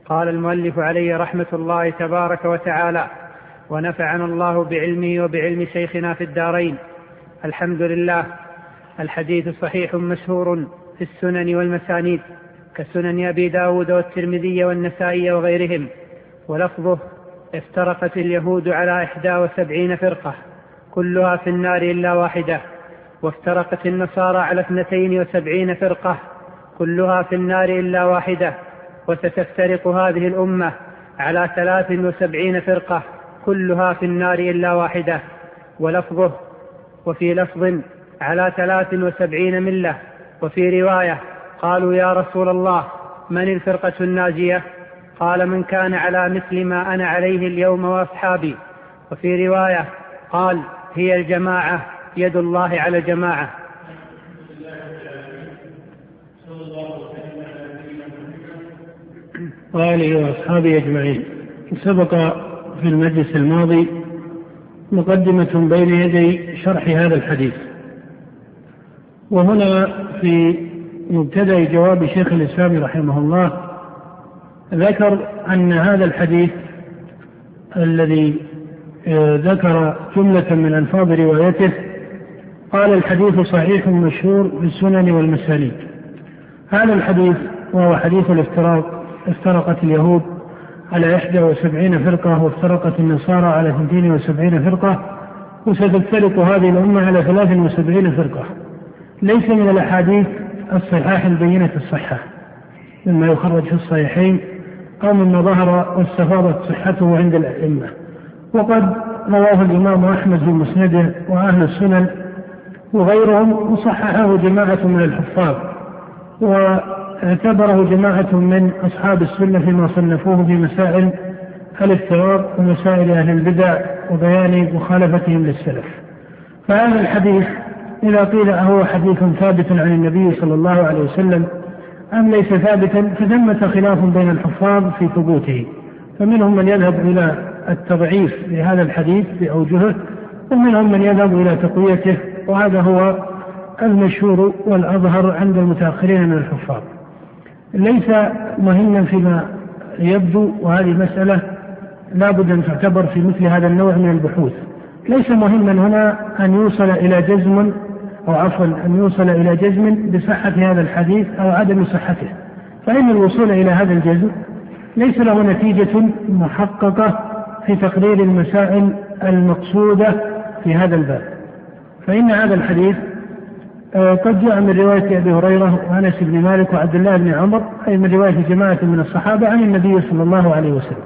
قال المؤلف عليه رحمة الله تبارك وتعالى: ونفعنا الله بعلمه وبعلم شيخنا في الدارين. الحمد لله. الحديث صحيح مشهور في السنن والمسانيد كسنن أبي داود والترمذي والنسائي وغيرهم، ولفظه: افترقت اليهود على 71 فرقة كلها في النار إلا واحدة، وافترقت النصارى على 72 فرقة كلها في النار إلا واحدة، وستفترق هذه الأمة على 73 فرقة كلها في النار إلا واحدة. ولفظه: وفي لفظ على 73 ملة. وفي رواية: قالوا يا رسول الله من الفرقة الناجية؟ قال: من كان على مثل ما أنا عليه اليوم وأصحابي. وفي رواية قال: هي الجماعة، يد الله على الجماعة. وآله وأصحابه أجمعين. سبق في المجلس الماضي مقدمة بين يدي شرح هذا الحديث، وهنا في مبتدأ جواب شيخ الإسلام رحمه الله ذكر أن هذا الحديث الذي ذكر جملة من ألفاظ روايته قال: الحديث صحيح مشهور في السنن والمسانيد. هذا الحديث وهو حديث الافتراق: افترقت اليهود على 71 فرقة، وافترقت النصارى على 72 فرقة، وستفترق هذه الأمة على 73 فرقة. ليس من الأحاديث الصحاح البينة الصحة مما يخرج في الصحيحين أو مما ظهر واستفاضت صحته عند الأئمة، وقد رواه الإمام أحمد في مسنده وأهل السنن وغيرهم، وصححه جماعة من الحفاظ، واعتبره جماعة من أصحاب السنة فيما صنفوه في مسائل الافتراق ومسائل أهل البدع وبيان مخالفتهم للسلف. فهذا الحديث إذا قيل أهو حديث ثابت عن النبي صلى الله عليه وسلم أم ليس ثابتا، فثمة خلاف بين الحفاظ في ثبوته، فمنهم من يذهب إلى التضعيف لهذا الحديث بأوجهه، ومنهم من يذهب إلى تقويته، وهذا هو المشهور والأظهر عند المتأخرين من الحفاظ. ليس مهما فيما يبدو، وهذه مسألة لا بد أن تعتبر في مثل هذا النوع من البحوث. ليس مهما هنا أن يوصل إلى جزم أن يوصل إلى جزم بصحة هذا الحديث أو عدم صحته، فإن الوصول إلى هذا الجزم ليس له نتيجة محققة في تقرير المسائل المقصودة في هذا الباب. فإن هذا الحديث قد جاء من رواية أبي هريرة وأنس بن مالك وعبد الله بن عمر، أي من رواية جماعة من الصحابة عن النبي صلى الله عليه وسلم.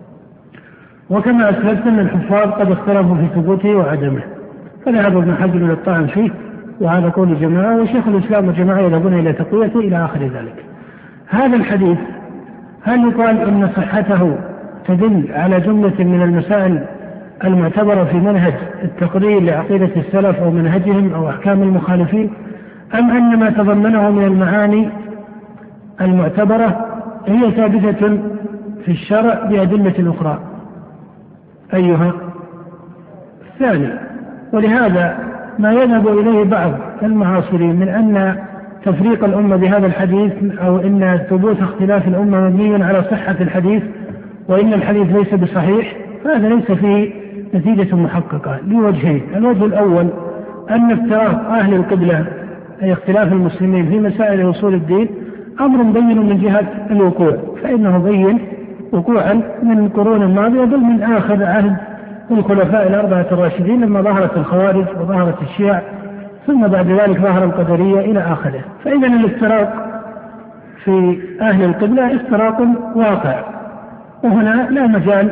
وكما أسلفت أن الحفاظ قد اختلفوا في ثبوته وعدمه، فذهب ابن حجر إلى الطعن فيه، وهذا قول جماعة، وشيخ الإسلام والجماعة يذهبون إلى تقويته إلى آخر ذلك. هذا الحديث هل يقال إن صحته تدل على جملة من المسائل المعتبرة في منهج التقرير لعقيدة السلف أو منهجهم أو أحكام المخالفين، أم أن ما تضمنه من المعاني المعتبرة هي ثابتة في الشرع بأدلة أخرى؟ أيها الثاني. ولهذا ما يذهب إليه بعض المعاصرين من أن تفريق الأمة بهذا الحديث أو أن ثبوت اختلاف الأمة مبني على صحة الحديث وإن الحديث ليس بصحيح، فهذا ليس فيه نتيجة محققة لوجهين. الوجه الأول أن افتراق أهل القبلة أي اختلاف المسلمين في مسائل أصول الدين أمر بين من جهة الوقوع، فإنه بين وقوعا من القرون الماضية، بل من آخر عهد الخلفاء الأربعة الراشدين لما ظهرت الخوارج وظهرت الشيع، ثم بعد ذلك ظهر القدرية إلى آخره. فإذا الافتراق في أهل القبلة افتراق واقع، وهنا لا مجال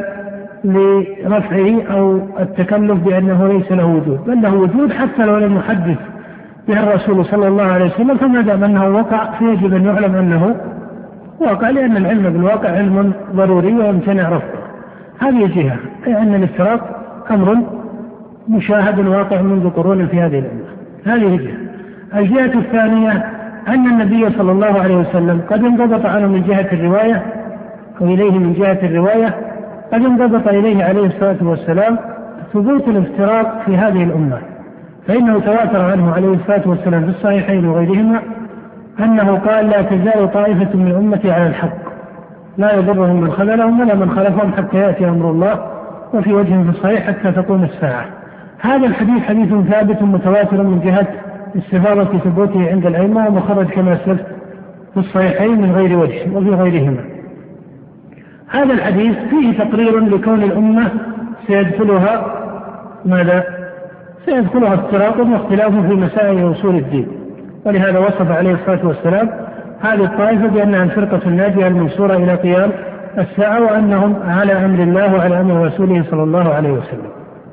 لرفعه أو التكلف بأنه ليس له وجود، بل له وجود حتى لو لم يحدث به الرسول صلى الله عليه وسلم، فما دام أنه وقع فيجب أن يعلم أنه واقع، لأن العلم بالواقع علم ضروري ويمتنع رفضه. هذه جهة، أي أن الافتراق أمر مشاهد واقع منذ قرون في هذه الأمة. هذه جهة. الجهة الثانية أن النبي صلى الله عليه وسلم قد انضبط عنه من جهة الرواية أو إليه من جهة الرواية، قد انضبط إليه عليه الصلاة والسلام ثبوت الافتراق في هذه الأمة، فإنه تواتر عنه عليه الصلاة والسلام في الصحيحين وغيرهما أنه قال: لا تزال طائفة من أمتي على الحق لا يضرهم من خذلهم ولا من خلفهم حتى يأتي أمر الله، وفي وجه في الصحيح حتى تقوم الساعة. هذا الحديث حديث ثابت متواتر من جهة استفاضة ثبوته عند الأئمة، ومخرج كما سلف في الصحيحين من غير وجه وفي غيرهما. هذا الحديث فيه تقرير لكون الأمة سيدخلها ماذا؟ سيدخلها افتراق واختلاف في مسائل أصول الدين، ولهذا وصف عليه الصلاة والسلام هذه الطائفة بأنها الفرقة الناجية المنصورة إلى قيام الساعة، وأنهم على أمر الله وعلى أمر رسوله صلى الله عليه وسلم.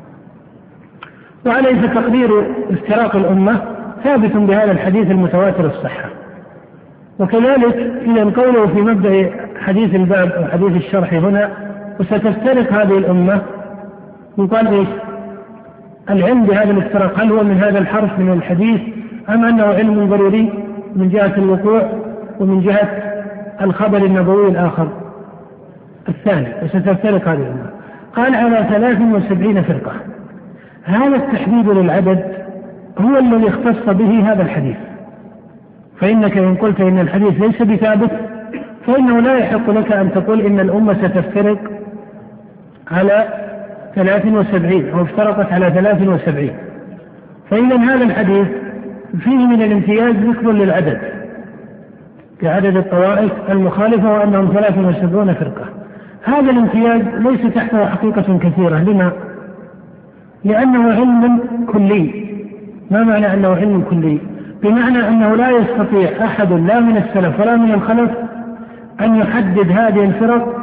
وعليه فتقدير افتراق الأمة ثابت بهذا الحديث المتواتر الصحة. وكذلك إذا قوله في مبدأ حديث الباب أو حديث الشرح هنا وستفترق هذه الأمة، يقال إيش؟ العلم بهذا الافتراق هل هو من هذا الحرف من الحديث أم أنه علم ضروري من جهة الوقوع ومن جهة الخبر النبوي الآخر الثاني؟ وستفترق هذه الأمة. قال على 73 فرقة. هذا التحديد للعدد هو الذي اختص به هذا الحديث، فإنك إن قلت إن الحديث ليس بثابت فإنه لا يحق لك أن تقول إن الأمة ستفترق على 73 أو افترقت على 73. فإذا هذا الحديث فيه من الامتياز ذكر للعدد كعدد الطوائف المخالفة وأنهم 73 فرقة. هذا الامتياز ليس تحته حقيقة كثيرة. لما؟ لأنه علم كلي. ما معنى أنه علم كلي؟ بمعنى أنه لا يستطيع أحد لا من السلف ولا من الخلف أن يحدد هذه الفرق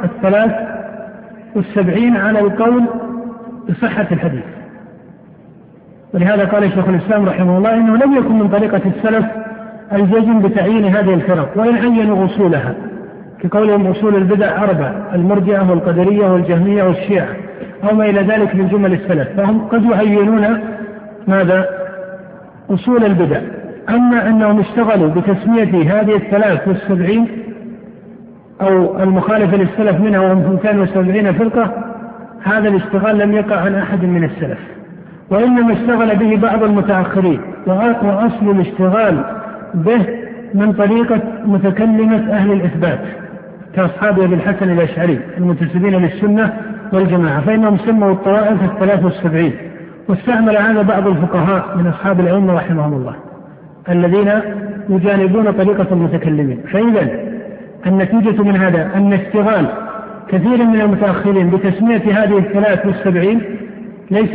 73 على القول بصحة الحديث. ولهذا قال شيخ الإسلام رحمه الله إنه لم يكن من طريقة السلف الجزم بتعيين هذه الفرق، وإن عينوا أصولها كقولهم أصول البدع 4: المرجئة والقدرية والجهمية والشيعة أو ما إلى ذلك من جمل السلف، فهم قد يعينون ماذا؟ أصول البدع. أما أنهم اشتغلوا بتسمية هذه 73 أو المخالفة للسلف منها وهم 72 فرقة، هذا الاشتغال لم يقع عن أحد من السلف، وإنما اشتغل به بعض المتأخرين، وأصل الاشتغال به من طريقة متكلمة أهل الإثبات كأصحاب أبي الحسن الأشعري المنتسبين للسنة والجماعة، فإنهم سموا الطوائف 73. واستعمل هذا بعض الفقهاء من أصحاب الأئمة رحمهم الله الذين يجانبون طريقة المتكلمين. فإذا النتيجة من هذا أن اشتغال كثير من المتأخرين بتسمية هذه 73 ليس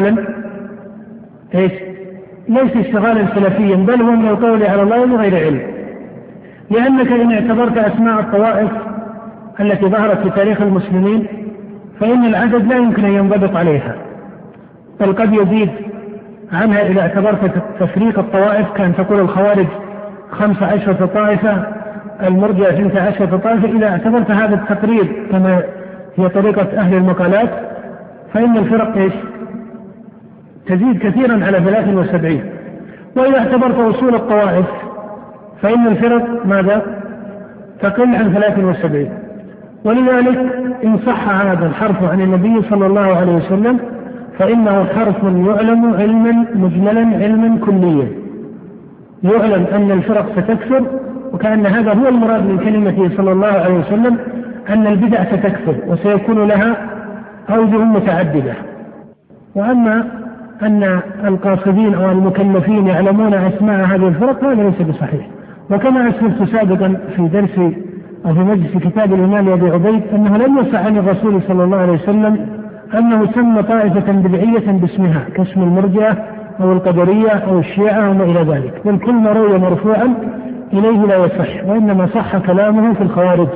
اشتغالا سلفيا، بل هو من القول على الله بغير علم. لأنك إن اعتبرت أسماء الطوائف التي ظهرت في تاريخ المسلمين فإن العدد لا يمكن أن ينضبط عليها، بل قد يزيد عنها إذا اعتبرت تفريق الطوائف، كان تقول الخوارج 15 طائفة، المرجئة 12 طائفة. إذا اعتبرت هذا التقرير كما هي طريقة أهل المقالات فإن الفرق تزيد كثيرا على 73. وإذا اعتبرت أصول الطوائف فإن الفرق ماذا؟ تقل عن 73. ولذلك إن صح هذا الحرف عن النبي صلى الله عليه وسلم فإنه حرف يعلم علما مجملا علما كليا، يعلم أن الفرق ستكثر، وكأن هذا هو المراد من كلمته صلى الله عليه وسلم أن البدع ستكثر وسيكون لها أوجه متعددة. وأما أن القاصدين أو المكلفين يعلمون أسماء هذه الفرق هذا ليس بصحيح. وكما أسلفت سابقا في درس أو في مجلس كتاب الإمام أبي عبيد أنه لم يصح عن الرسول صلى الله عليه وسلم أنه سمى طائفة بدعية باسمها كاسم المرجئة أو القدرية أو الشيعة وما إلى ذلك، بل كل ما روي مرفوعا إليه لا يصح، وإنما صح كلامه في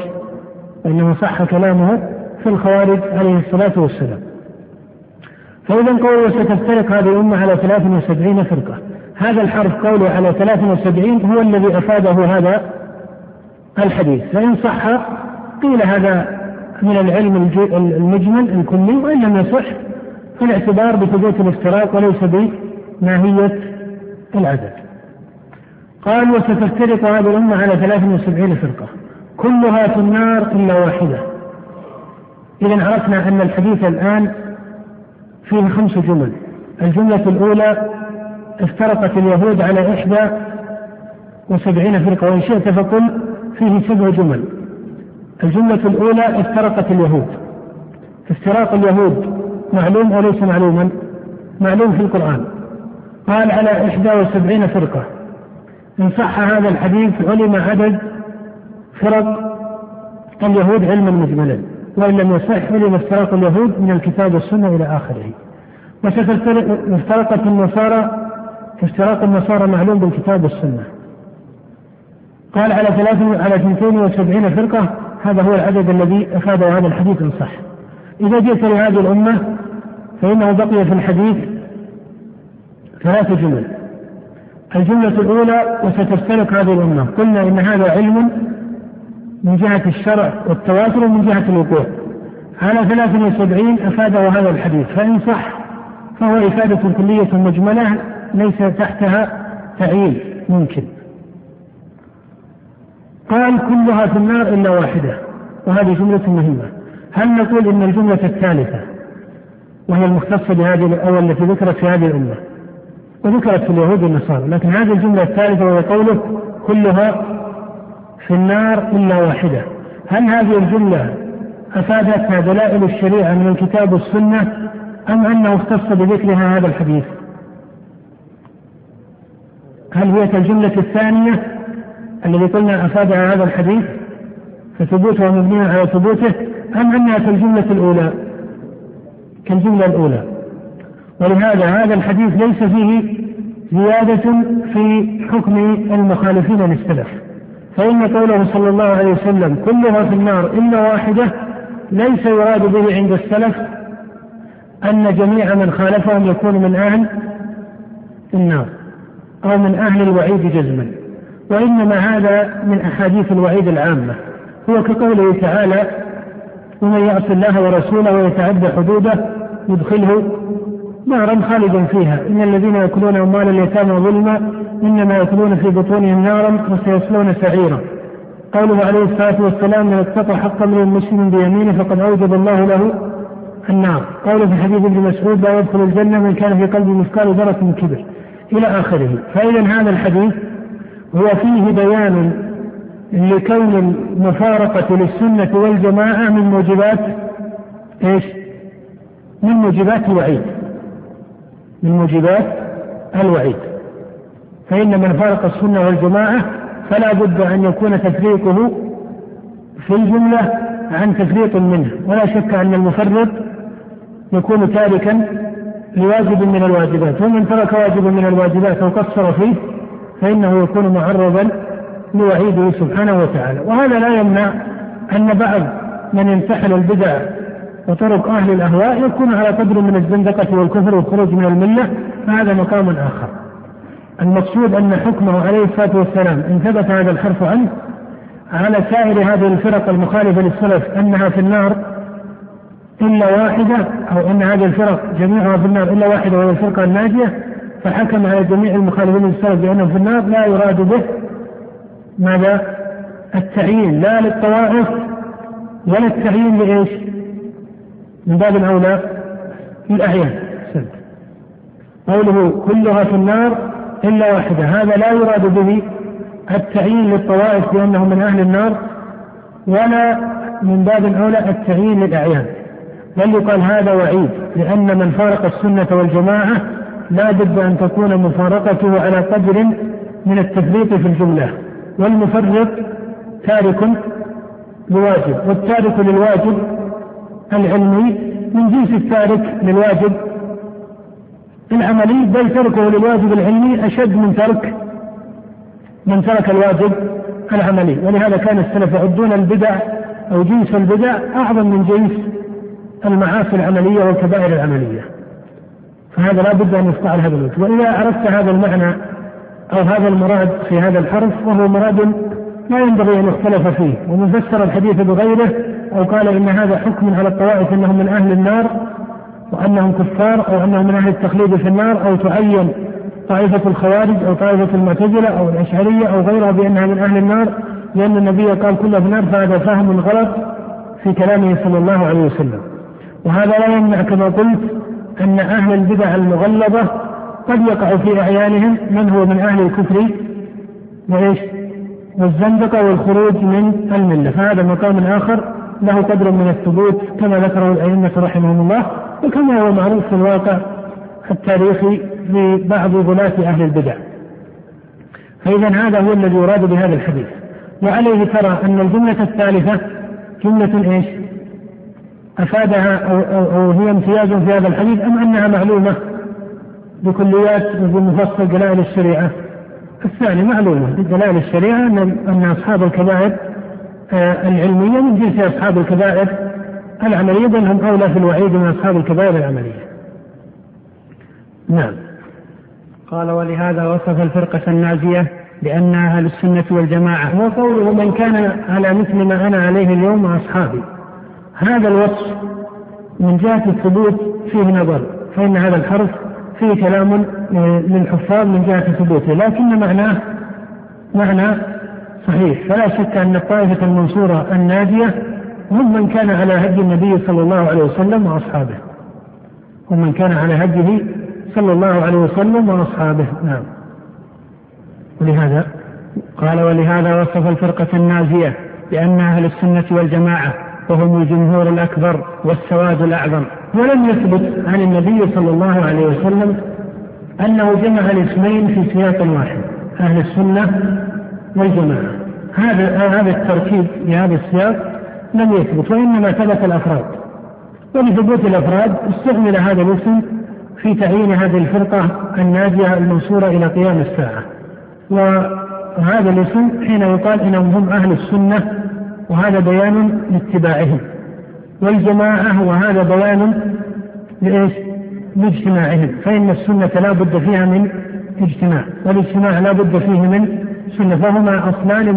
الخوارج عليه الصلاة والسلام. فإذا قوله ستفترق هذه الأمة على 73 فرقة، هذا الحرف قوله على 73 هو الذي أفاده هذا الحديث. فإن صح قيل هذا من العلم المجمل الكلي، وإن لم يصح فالاعتبار بثبوت الافتراق وليس بماهية العدد. قال وستفترق هذه الأمة على 73 فرقة كلها في النار إلا واحدة. إذن عرفنا أن الحديث الآن فيه 5 جمل. الجملة الأولى افترقت اليهود على 71 فرقة، وإن شئت فقل فيه 7 جمل. الجملة الأولى افترقت اليهود. افتراق اليهود معلوم أو ليس معلوما؟ معلوم في القرآن، قال على 71 فرقة. إن صح هذا الحديث علم عدد فرق اليهود علما مجملا، وإن لم يصح علم افتراق اليهود من الكتاب والسنة إلى آخره. وافترقت النصارى، افتراق النصارى معلوم بالكتاب والسنة، قال على 72 فرقة. هذا هو العدد الذي أفاده هذا الحديث إن صح. إذا جئت لهذه الأمة فإنه بقي في الحديث 3 جمل. الجملة الأولى وستفترق هذه الأمة، قلنا إن هذا علم من جهة الشرع والتواتر ومن جهة الوقوع. على 73 أفاده هذا الحديث، فإن صح فهو إفادة كلية مجملة ليس تحتها تعيين ممكن. قال كلها في النار إلا واحدة، وهذه جملة مهمة. هل نقول إن الجملة الثالثة وهي المختصة بهذه الأول التي ذكرت في هذه الأمة وذكرت في اليهود والنصارى، لكن هذه الجملة الثالثة وهي قوله كلها في النار إلا واحدة، هل هذه الجملة أفادتها دلائل الشريعة من الكتاب والسنة أم أنه اختص بذكرها هذا الحديث؟ هل هي كالجملة الثانية الذي قلنا أفادها هذا الحديث فثبوتها مبني على ثبوته، أم أنها كالجملة الأولى؟ كالجملة الأولى. ولهذا هذا الحديث ليس فيه زيادة في حكم المخالفين للسلف، فإن قوله صلى الله عليه وسلم كلها في النار إلا واحدة ليس يراد به عند السلف أن جميع من خالفهم يكون من أهل النار أو من أهل الوعيد جزما، وإنما هذا من أحاديث الوعيد العامة، هو كقوله تعالى ومن يعص الله ورسوله ويتعدى حدوده يدخله نارا خالدا فيها، إن الذين يأكلون أموال اليتامى ظلما إنما يأكلون في بطونهم نارا وسيصلون سعيرا. قوله عليه الصلاة والسلام من اتقى حق من المسلم بيمينه فقد أوجب الله له النار. قوله في حديث ابن مسعود لا يدخل الجنة من كان في قلبه مثقال ذرة من كبر إلى آخره. فإذا هذا الحديث هو فيه بيان لكون المفارقة للسنة والجماعة من موجبات ايش؟ من موجبات الوعيد، من موجبات الوعيد. فإن من فارق السنة والجماعة فلا بد أن يكون تفريقه في الجملة عن تفريط منه، ولا شك أن المفرط يكون تاركا لواجب من الواجبات، ومن ترك واجب من الواجبات أو قصر فيه فإنه يكون معرضا لوعيده سبحانه وتعالى. وهذا لا يمنع أن بعض من ينتحل البدع وطرق أهل الأهواء يكون على قدر من الزندقة والكفر والخروج من الملة، فهذا مقام آخر. المقصود أن حكمه عليه الصلاة والسلام إن ثبت هذا الحرف عنه على سائر هذه الفرق المخالفة للسلف أنها في النار إلا واحدة، أو أن هذه الفرق جميعها في النار إلا واحدة وهي الفرقة الناجية، فحكم على جميع المخالفين للسلف بأنهم في النار، لا يراد به ماذا؟ التعيين، لا للطوائف ولا التعيين لإيش؟ من باب الأولى للأعيان. قوله كلها في النار إلا واحدة، هذا لا يراد به التعيين للطوائف بأنهم من أهل النار، ولا من باب الأولى التعيين للأعيان، بل يقال هذا وعيد، لأن من فارق السنة والجماعة لا بد أن تكون مفارقته على قدر من التفريط في الجملة، والمفرط تارك لواجب، والتارك للواجب العلمي من جنس التارك للواجب العملي، بل تركه للواجب العلمي أشد من ترك الواجب العملي. ولهذا كان السلف يعدون البدع أو جنس البدع أعظم من جنس المعاصي العملية والكبائر العملية، فهذا لا بد أن يفقع هذا الوجه. وإذا عرفت هذا المعنى أو هذا المراد في هذا الحرف، وهو مراد لا ينبغي أن يختلف فيه، ومن فسر الحديث بغيره أو قال إن هذا حكم على الطوائف أنهم من أهل النار وأنهم كفار، أو أنهم من أهل التخليد في النار، أو تعين طائفة الخوارج أو طائفة المعتزلة أو الأشعرية أو غيرها بأنها من أهل النار لأن النبي قال كلها في النار، فهذا فهم غلط في كلامه صلى الله عليه وسلم. وهذا لا يمنع كما قلت أن أهل البدع المغلظة قد يقع في أعيانهم من هو من أهل الكفر وإيش والزندقة والخروج من الملة، فهذا مقام آخر له قدر من الثبوت كما ذكره الأئمة رحمهم الله، وكما هو معروف في الواقع التاريخي لبعض غلاة أهل البدع. فإذا هذا هو الذي يراد بهذا الحديث. وعليه ترى أن الجملة الثالثة جملة إيش؟ أفادها أو هي امتياز في هذا الحديث، أم أنها معلومة بكليات وبمفصل دلائل الشريعة؟ الثاني معلومة بدلائل الشريعة أن أصحاب الكبائر العلمية من جنس أصحاب الكبائر العملية، بل هم أولى في الوعيد من أصحاب الكبائر العملية. نعم. قال ولهذا وصف الفرقة الناجية بأنها أهل السنة والجماعة. وقوله من كان على مثل ما أنا عليه اليوم وأصحابي، هذا الوصف من جهة الثبوت فيه نظر، فإن هذا الحرف فيه كلام للحفاظ من جهة ثبوته، لكن معنى صحيح. فلا شك أن الطائفة المنصورة الناجية هم من كان على هدي النبي صلى الله عليه وسلم وأصحابه، هم من كان على هديه صلى الله عليه وسلم وأصحابه. نعم. ولهذا قال ولهذا وصف الفرقة الناجية بأنها أهل السنة والجماعة وهم الجمهور الأكبر والسواد الأعظم. ولم يثبت عن النبي صلى الله عليه وسلم أنه جمع الاسمين في سياق واحد، أهل السنة والجماعة. هذا التركيب لهذا السياق لم يثبت، وإنما ثبت الأفراد، ولثبوت الأفراد استعمل هذا الاسم في تعيين هذه الفرقة الناجية المنصورة إلى قيام الساعة. وهذا الاسم حين يقال إنهم هم أهل السنة وهذا بيان لاتباعهم، والجماعة وهذا بيان لإيش؟ لاجتماعهم، فإن السنة لا بد فيها من اجتماع، والاجتماع لا بد فيه من سنة، فهما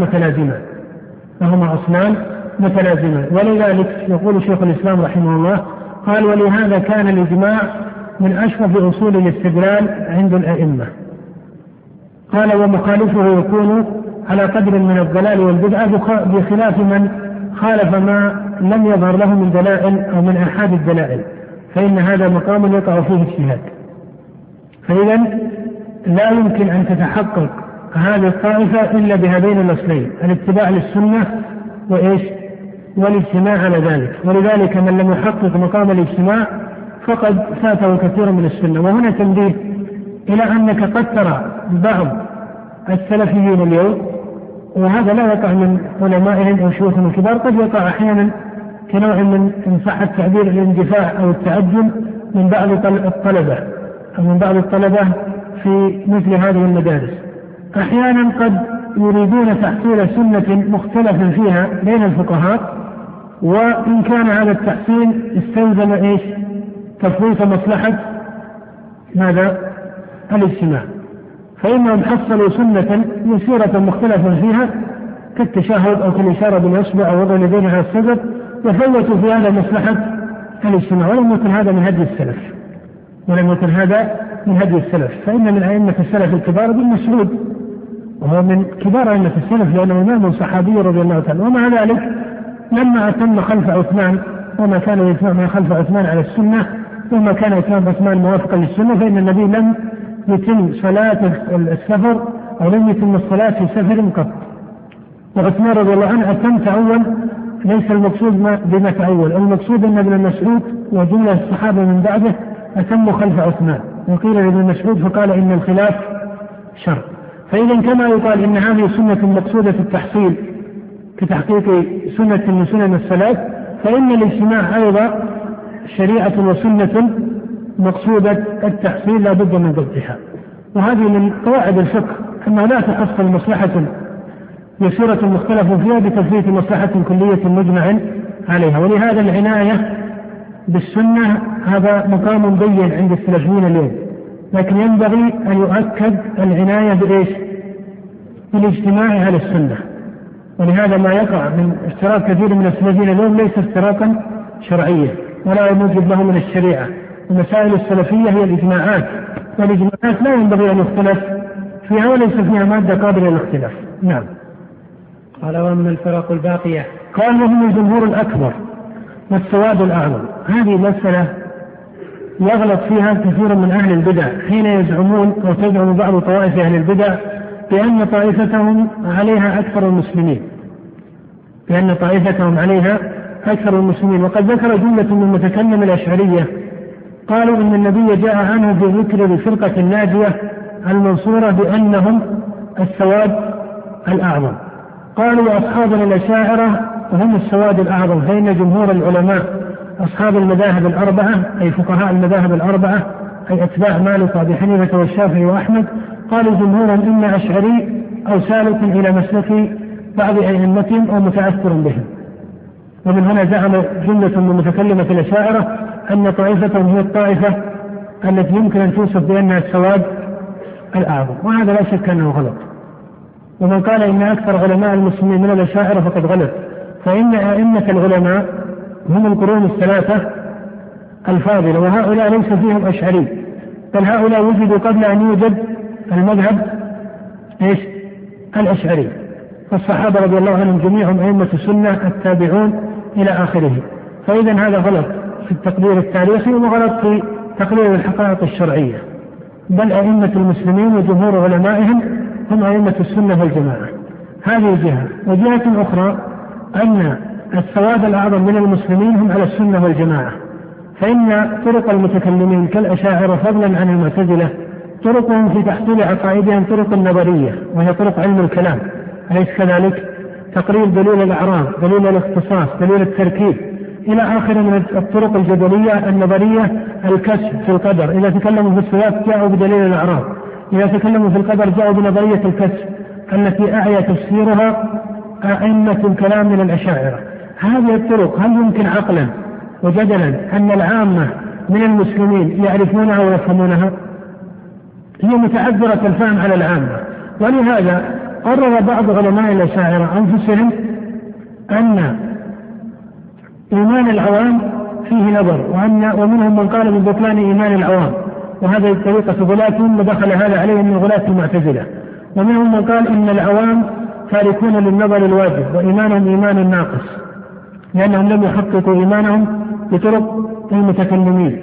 أصلان متلازمان. ولذلك يقول شيخ الإسلام رحمه الله قال ولهذا كان الإجماع من أشرف أصول الاستدلال عند الأئمة. قال ومخالفه يكون على قدر من الضلال والبدعة بخلاف من خالف ما لم يظهر له من دلائل أو من أحاد الدلائل، فإن هذا مقام يقع فيه اجتهاد. فإذا لا يمكن أن تتحقق هذه الطائفة إلا بهذين الأصلين، الاتباع للسنة والاجتماع على ذلك. ولذلك من لم يحقق مقام الاجتماع فقد فاته كثير من السنة. وهنا تنبيه إلى أنك قد ترى بعض السلفيين اليوم، وهذا لا يقع من علمائهم أو شيوخهم الكبار، قد يقع أحيانا كنوع من إن صح التعبير الاندفاع أو التعجل من بعض الطلبة في مثل هذه المدارس. أحيانا قد يريدون تحصيل سنة مختلف فيها بين الفقهاء، وإن كان هذا التحصيل استلزم تفويت مصلحة ماذا؟ الاجتماع، فإنهم حصلوا سنة يسيرة مختلفا فيها كالتشهد أو كالإشارة بالإصبع أو وضع اليدين على الصدر، وفوتوا في هذا مصلحة الاجتماع. ولم يكن هذا من هدي السلف، فإن من أئمة السلف الكبار ابن مسعود، وهو من كبار أئمة السلف لأنه إمام صحابي رضي الله تعالى. ومع ذلك لما أتم خلف عثمان، وما كان يتم خلف عثمان على السنة وما كان يتم عثمان موافقا للسنة، فإن النبي لم يتم صلاة السفر أو لم يتم الصلاة في سفر قط. وعثمان رضي الله عنه أتم تأول، ليس المقصود بما تأول، المقصود أن ابن مسعود وجملة الصحابة من بعده أتموا خلف عثمان، وقيل لابن مسعود فقال إن الخلاف شر. فإذا كما يقال إن هذه سنة مقصودة التحصيل كتحقيق سنة من سنن الصلاة، فإن الاجتماع أيضا شريعة وسنة مقصودة التحصيل لا بد من ضبطها. وهذه من قواعد الفقه أنه لا تحصل مصلحة يسيرة مختلف فيها بتفويت مصلحة كلية مجمع عليها. ولهذا العناية بالسنة هذا مقام بين عند السلفيين اليوم، لكن ينبغي أن يؤكد العناية بالاجتماع على السنة. ولهذا ما يقع من اشتراك كثير من السلفيين اليوم ليس اشتراكا شرعيا ولا موجب له من الشريعة. ومسائل السلفية هي الإجماعات، والإجماعات لا ينبغي أن يختلف فيها وليس فيها مادة قابلة للاختلاف. نعم. قال ومن الفرق الباقية قال وهم الجمهور الأكبر والسواد الأعظم. هذه مسألة يغلط فيها كثير من أهل البدع حين يزعمون أو تزعم بعض طوائف أهل البدع بأن طائفتهم عليها أكثر المسلمين، بأن طائفتهم عليها أكثر المسلمين. وقد ذكر جملة من متكلم الأشعرية قالوا إن النبي جاء عنه في ذكر الفرقة الناجية المنصورة بأنهم السواد الأعظم. قالوا أصحابنا الأشاعرة هم السواد الأعظم، فإن جمهور العلماء أصحاب المذاهب الأربعة أي فقهاء المذاهب الأربعة أي أتباع مالك وأبي حنيفة والشافعي وأحمد قالوا جمهورا إما أشعري أو سالك إلى مسلك بعض أئمتهم أو متأثر بهم. ومن هنا زعم جملة من متكلمة الأشاعرة أن طائفتهم هي الطائفة التي يمكن أن توصف بأنها السواد الأعظم، وهذا لا شك أنه غلط. ومن قال إن أكثر علماء المسلمين من الأشاعرة فقد غلط، فإن أئمة العلماء هم القرون الثلاثة الفاضلة، وهؤلاء ليس فيهم أشعري، بل هؤلاء وجدوا قبل أن يوجد المذهب الأشعري. فالصحابة رضي الله عنهم جميعهم أئمة السنة التابعون إلى آخره. فإذا هذا غلط في التقدير التاريخي وغلط في تقرير الحقائق الشرعية، بل أئمة المسلمين وجمهور علمائهم هم أئمة السنة والجماعة. هذه جهة. وجهة أخرى أن السواد الأعظم من المسلمين هم على السنة والجماعة، فإن طرق المتكلمين كالأشاعرة فضلا عن المعتزلة طرقهم في تحصيل عقائدهم طرق نظرية، وهي طرق علم الكلام، أليس كذلك؟ تقرير دليل الأعراض، دليل الاختصاص، دليل التركيب، إلى آخر من الطرق الجدلية النظرية، الكشف في القدر. إذا تكلموا في الصفات جاءوا بدليل الأعراض، إذا تكلموا في القدر جاءوا بنظرية الكشف التي أعيا تفسيرها أئمة الكلام من الأشاعرة. هذه الطرق هل يمكن عقلا وجدلا أن العامة من المسلمين يعرفونها ويفهمونها؟ هي متعذرة الفهم على العامة. ولهذا قرر بعض علماء الأشاعرة أنفسهم أن إيمان العوام فيه نظر، ومنهم من قال من بطلان إيمان العوام، وهذه طريقة غلاة ودخل هذا عليهم من غلاة المعتزلة. ومنهم من قال إن العوام تاركون للنظر الواجب وإيمانهم إيمان ناقص، لأنهم لم يحققوا إيمانهم بطرق المتكلمين.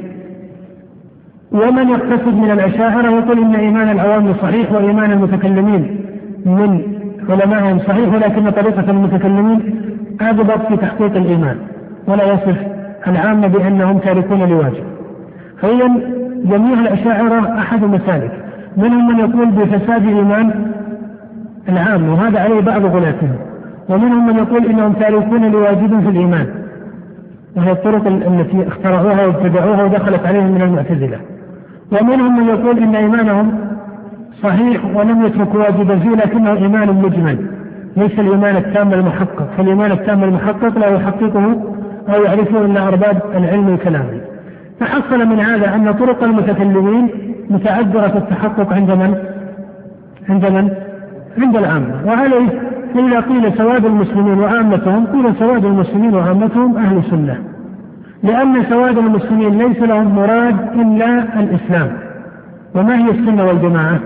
ومن يقتصد من الأشاعرة يقول إن إيمان العوام صحيح وإيمان المتكلمين من علمائهم صحيح، ولكن طريقة المتكلمين أضبط في تحقيق الإيمان، ولا يصف العامة بأنهم تاركون لواجب. فإذا جميع الأشاعرة أحد مسالك، منهم من يقول بفساد الإيمان العام وهذا عليه بعض غلاتهم، ومنهم من يقول إنهم تاركون لواجب في الإيمان، وهي الطرق التي اخترعوها وابتدعوها ودخلت عليهم من المعتزلة. ومنهم من يقول إن إيمانهم صحيح ولم يتركوا واجبا فيه، لكنه إيمان مجمل ليس الإيمان التام المحقق، فالإيمان التام المحقق لا يحققه أو يعرفه إلا أرباب العلم الكلامي. فحصل من هذا أن طرق المتكلمين متعذرة التحقق عند من؟ عند العامة. وعليه إذا قيل سواد المسلمين وعامتهم قيل سواد المسلمين وعامتهم أهل سنة، لأن سواد المسلمين ليس لهم مراد إلا الإسلام. وما هي السنة والجماعة؟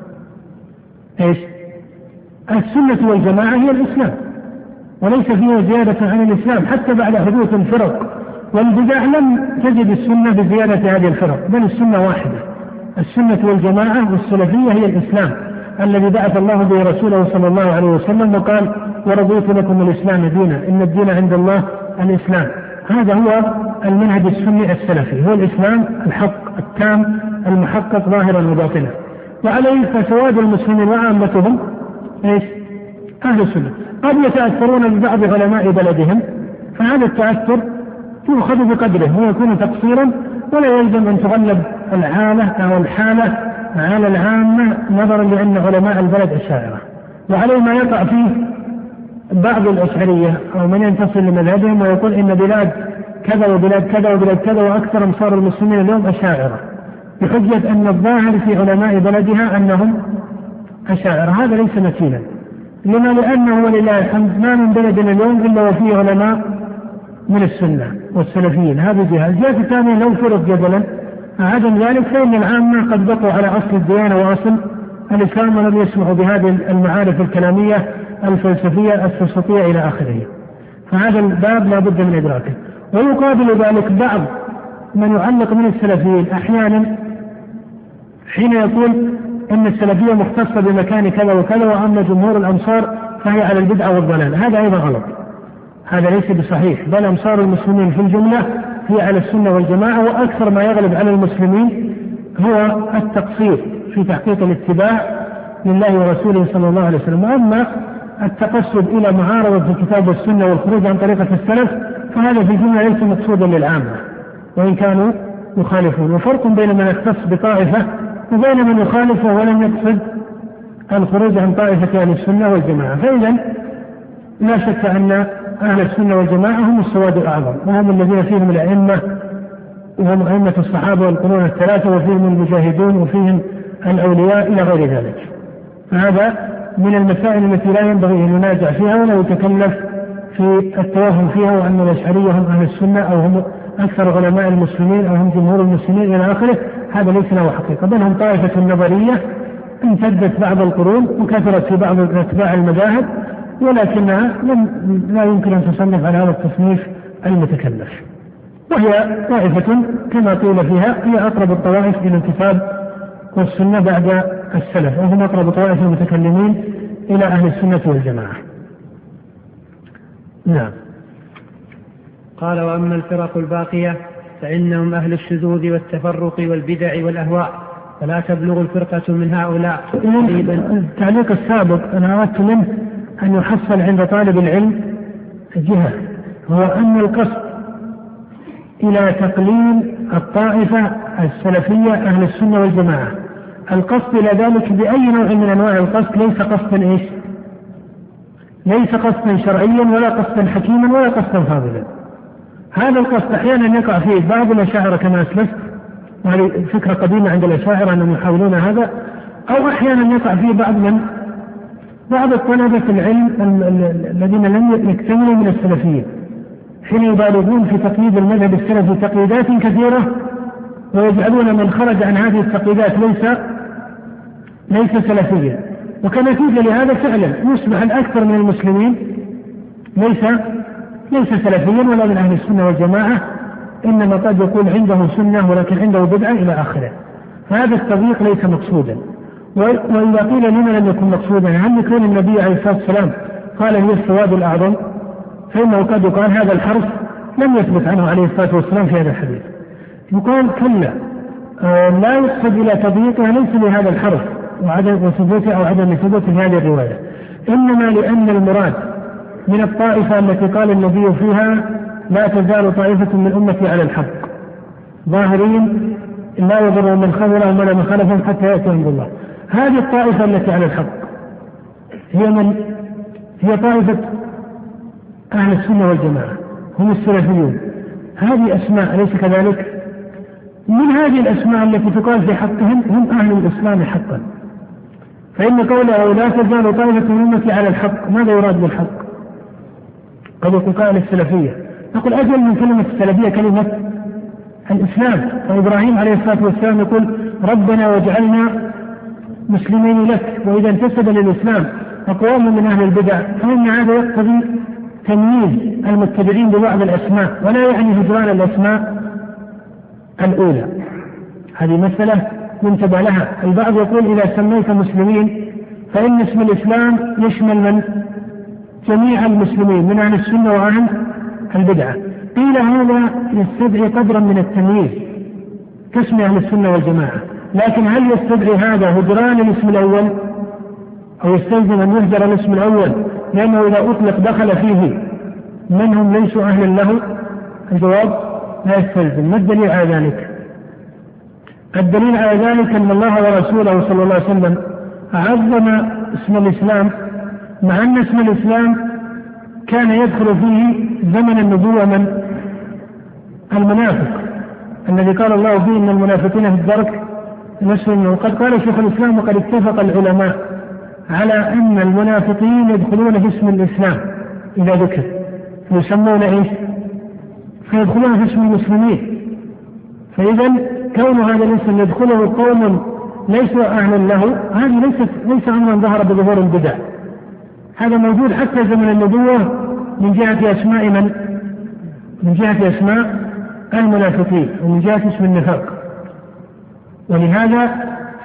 السنة والجماعة هي الإسلام، وليس فيها زيادة عن الإسلام. حتى بعد حدوث الفرق والبدع لم تجد السنة بزيادة هذه الفرق، بل السنة واحدة. السنة والجماعة والسلفية هي الإسلام الذي بعث الله به رسوله صلى الله عليه وسلم وقال ورضيت لكم الإسلام دينا إن الدين عند الله الإسلام. هذا هو المنهج السني السلفي، هو الإسلام الحق التام المحقق ظاهرا وباطنا. وعليه فسواد المسلمين وعامتهم أهل السنة. قد يتأثرون ببعض علماء بلدهم، فهذا التأثر يؤخذ بقدره ويكون تقصيرا، ولا يلزم أن تغلب الحالة على العامة نظرا لأن علماء البلد أشاعرة. وعليه ما يقع فيه بعض الأشعرية أو من ينتصر لمذهبهم ويقول إن بلاد كذا وبلاد كذا وبلاد كذا وأكثر أمصار المسلمين اليوم أشاعرة، بحجة أن الظاهر في علماء بلدها أنهم أشاعرة. هذا ليس مثيلا، لأنه ولله الحمد ما من بلد اليوم إلا وفيه علماء من السنة والسلفيين. هذه جهة. الجهة الثانية لو فرض جدلا عدم ذلك فإن العامة قد بقوا على أصل الديانة وأصل الإسلام ولم يسمحوا بهذه المعارف الكلامية الفلسفية السلسطية إلى آخره. فهذا الباب لا بد من إدراكه. ويقابل ذلك بعض من يعلق من السلفيين أحيانا حين يقول إن السلفية مختصة بمكان كذا وكذا، وأما جمهور الأمصار فهي على البدعة والضلال. هذا أيضا غلط، هذا ليس بصحيح، بل أمصار المسلمين في الجملة هي على السنة والجماعة، وأكثر ما يغلب على المسلمين هو التقصير في تحقيق الاتباع لله ورسوله صلى الله عليه وسلم. وأما التقصد إلى معارضة الكتاب والسنة والخروج عن طريقة السلف فهذا في الجملة ليس مقصودا للعامة وإن كانوا يخالفون. وفرق بين من يختص بطائفة وبين من يخالفه ولم يقصد الخروج عن طائفة أهل السنة والجماعة. فإذا لا شك أن أهل السنة والجماعة هم السواد الأعظم، وهم الذين فيهم الأئمة وهم أئمة الصحابة والقرون الثلاثة، وفيهم المجاهدون وفيهم الأولياء إلى غير ذلك. فهذا من المسائل التي لا ينبغي أن ينازع فيها ولا يتكلف في التوهم فيها، وأن الأشعرية هم أهل السنة أو هم أكثر علماء المسلمين أو هم جمهور المسلمين إلى آخره، هذا ليس له حقيقة، بل هم طائفة نظرية امتدت بعض القرون وكثرت في بعض أتباع المذاهب، ولكنها لا يمكن أن تصنف على هذا التصنيف المتكلف. وهي طائفة كما قيل فيها هي أقرب الطوائف إلى الكتاب والسنة بعد السلف، وهم أقرب طوائف المتكلمين إلى أهل السنة والجماعة. نعم. قال: وأما الفرق الباقية فإنهم أهل الشذوذ والتفرق والبدع والأهواء، فلا تبلغ الفرقة من هؤلاء. التعليق السابق أنا أردت منه أن يحصل عند طالب العلم جهة، هو أن القصد إلى تقليل الطائفة السلفية أهل السنة والجماعة، القصد إلى ذلك بأي نوع من أنواع القصد، ليس قصدا إيش؟ ليس قصدا شرعيا ولا قصدا حكيما ولا قصدا فاضلا. هذا القصد أحيانا يقع فيه بعض الأشاعرة كما أسلفت، وهذه فكرة قديمة عند الأشاعرة أنهم يحاولون هذا، أو أحيانا يقع فيه بعض الطلبة العلم الذين لم يكتملوا من السلفيين حين يبالغون في تقييد المذهب السلفي تقييدات كثيرة، ويجعلون من خرج عن هذه التقييدات ليس سلفيا، وكنتيجة لهذا فعلا يصبح الأكثر من المسلمين ليس سلفيا ولا من أهل السنة والجماعة، إنما قد يكون عنده سنة ولكن عنده بدعة إلى آخره. فهذا التضييق ليس مقصودا. وإذا قيل لما لم يكن مقصودا، هل يكون النبي عليه الصلاة والسلام قال هي السواد الأعظم؟ فإنه قد يقال هذا الحرف لم يثبت عنه عليه الصلاة والسلام في هذا الحديث. يقال كلا، لا يقصد إلى تضييقها ليس لهذا الحرف وعدم ثبوته أو عدم ثبوته في هذه الرواية، إنما لأن المراد من الطائفة التي قال النبي فيها لا تزال طائفة من أمتي على الحق ظاهرين لا يضر من خذلهم ولا من خلفهم حتى يأتي عند الله. هذه الطائفة التي على الحق هي طائفة أهل السنة والجماعة، هم السلفيون. هذه أسماء أليس كذلك؟ من هذه الأسماء التي تقال في حقهم هم أهل الإسلام حقا، فإن قوله لا تزال طائفة من أمتي على الحق، ماذا يراد بالحق؟ قد يكون قائل السلفية، نقول أجل من كلمة السلفية كلمة الإسلام. فإبراهيم عليه الصلاة والسلام يقول ربنا واجعلنا مسلمين لك، وإذا انتسب للإسلام أقوام من أهل البدع فإن هذا يقتضي تمييز المتبعين ببعض الأسماء، ولا يعني هجران الأسماء الأولى. هذه مسألة ينتبه لها. البعض يقول إذا سميت مسلمين فإن اسم الإسلام يشمل من؟ جميع المسلمين من أهل السنة وأهل البدعة. قيل هذا يستدعي قدرا من التمييز كاسم أهل السنة والجماعة، لكن هل يستدعي هذا هجران الاسم الأول أو يستلزم أن يهجر الاسم الأول لأنه إذا أطلق دخل فيه من هم ليسوا أهلا له؟ الجواب لا يستلزم. ما الدليل على ذلك؟ الدليل على ذلك أن الله ورسوله صلى الله عليه وسلم عظم اسم الإسلام، مع أن اسم الإسلام كان يدخل فيه زمن النبوة من المنافق الذي قال الله فيه إن المنافقين في الدرك الأسفل. وقد قال شيخ الإسلام وقد اتفق العلماء على أن المنافقين يدخلون في اسم الإسلام إذا ذكر، يسمون إيش؟ فيدخلون في اسم المسلمين. فإذا كون هذا الاسم يدخله قوم ليسوا أهلا له، هذا ليس أمرا ظهر بظهور البدع، هذا موجود حتى زمن النبوة من جهة أسماء من جهة أسماء المنافقين ومن جهة اسم النفاق. ولهذا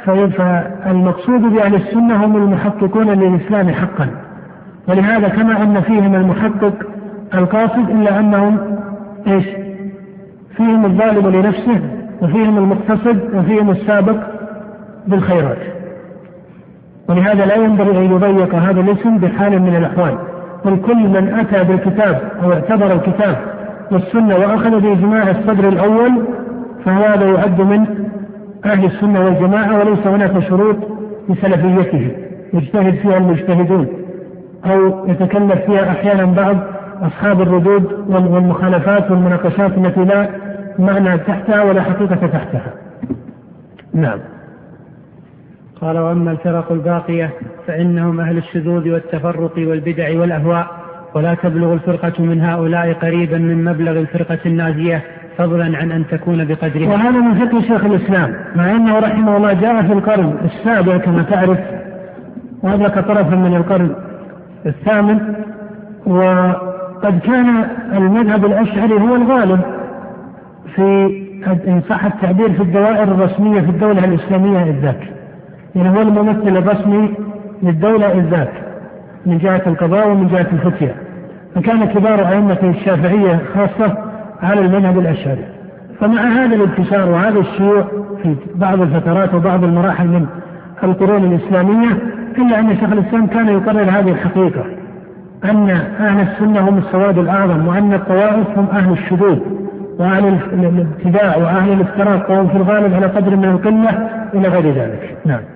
فالمقصود بأهل السنة هم المحققون للإسلام حقا، ولهذا كما أن فيهم المحقق القاصد إلا أنهم إيش؟ فيهم الظالم لنفسه وفيهم المقتصد وفيهم السابق بالخيرات. ولهذا لا ينبغي أن يضيق هذا الاسم بحال من الأحوال، والكل من أتى بالكتاب أو اعتبر الكتاب والسنة وأخذ بإجماع الصدر الأول فهذا يعد من أهل السنة والجماعة، وليس هناك شروط لسلفيته يجتهد فيها المجتهدون أو يتكلف فيها أحيانا بعض أصحاب الردود والمخالفات والمناقشات التي لا معنى تحتها ولا حقيقة تحتها. نعم. قال: وأما الفرق الباقية فإنهم أهل الشذوذ والتفرق والبدع والأهواء، ولا تبلغ الفرقة من هؤلاء قريبا من مبلغ الفرقة الناجية، فضلا عن أن تكون بقدرها. وهذا من فقه شيخ الإسلام، مع أنه رحمه الله جاء في القرن السابع كما تعرف، وأدرك طرفا من القرن الثامن، وقد كان المذهب الأشعري هو الغالب في إن صح التعبير في الدوائر الرسمية في الدولة الإسلامية إذ ذاك، يعني هو الممثل الرسمي للدولة إذ ذاك من جهة القضاء ومن جهة الفتية، فكان كبار أئمة الشافعية خاصة على المذهب الأشعري. فمع هذا الانتشار وهذا الشيوع في بعض الفترات وبعض المراحل من القرون الإسلامية، إلا أن شيخ الإسلام كان يقرر هذه الحقيقة، أن أهل السنة هم السواد الأعظم، وأن الطوائف هم أهل الشذوذ وأهل الابتداع وأهل الافتراق، وهم في الغالب على قدر من القلة إلى غير ذلك. نعم.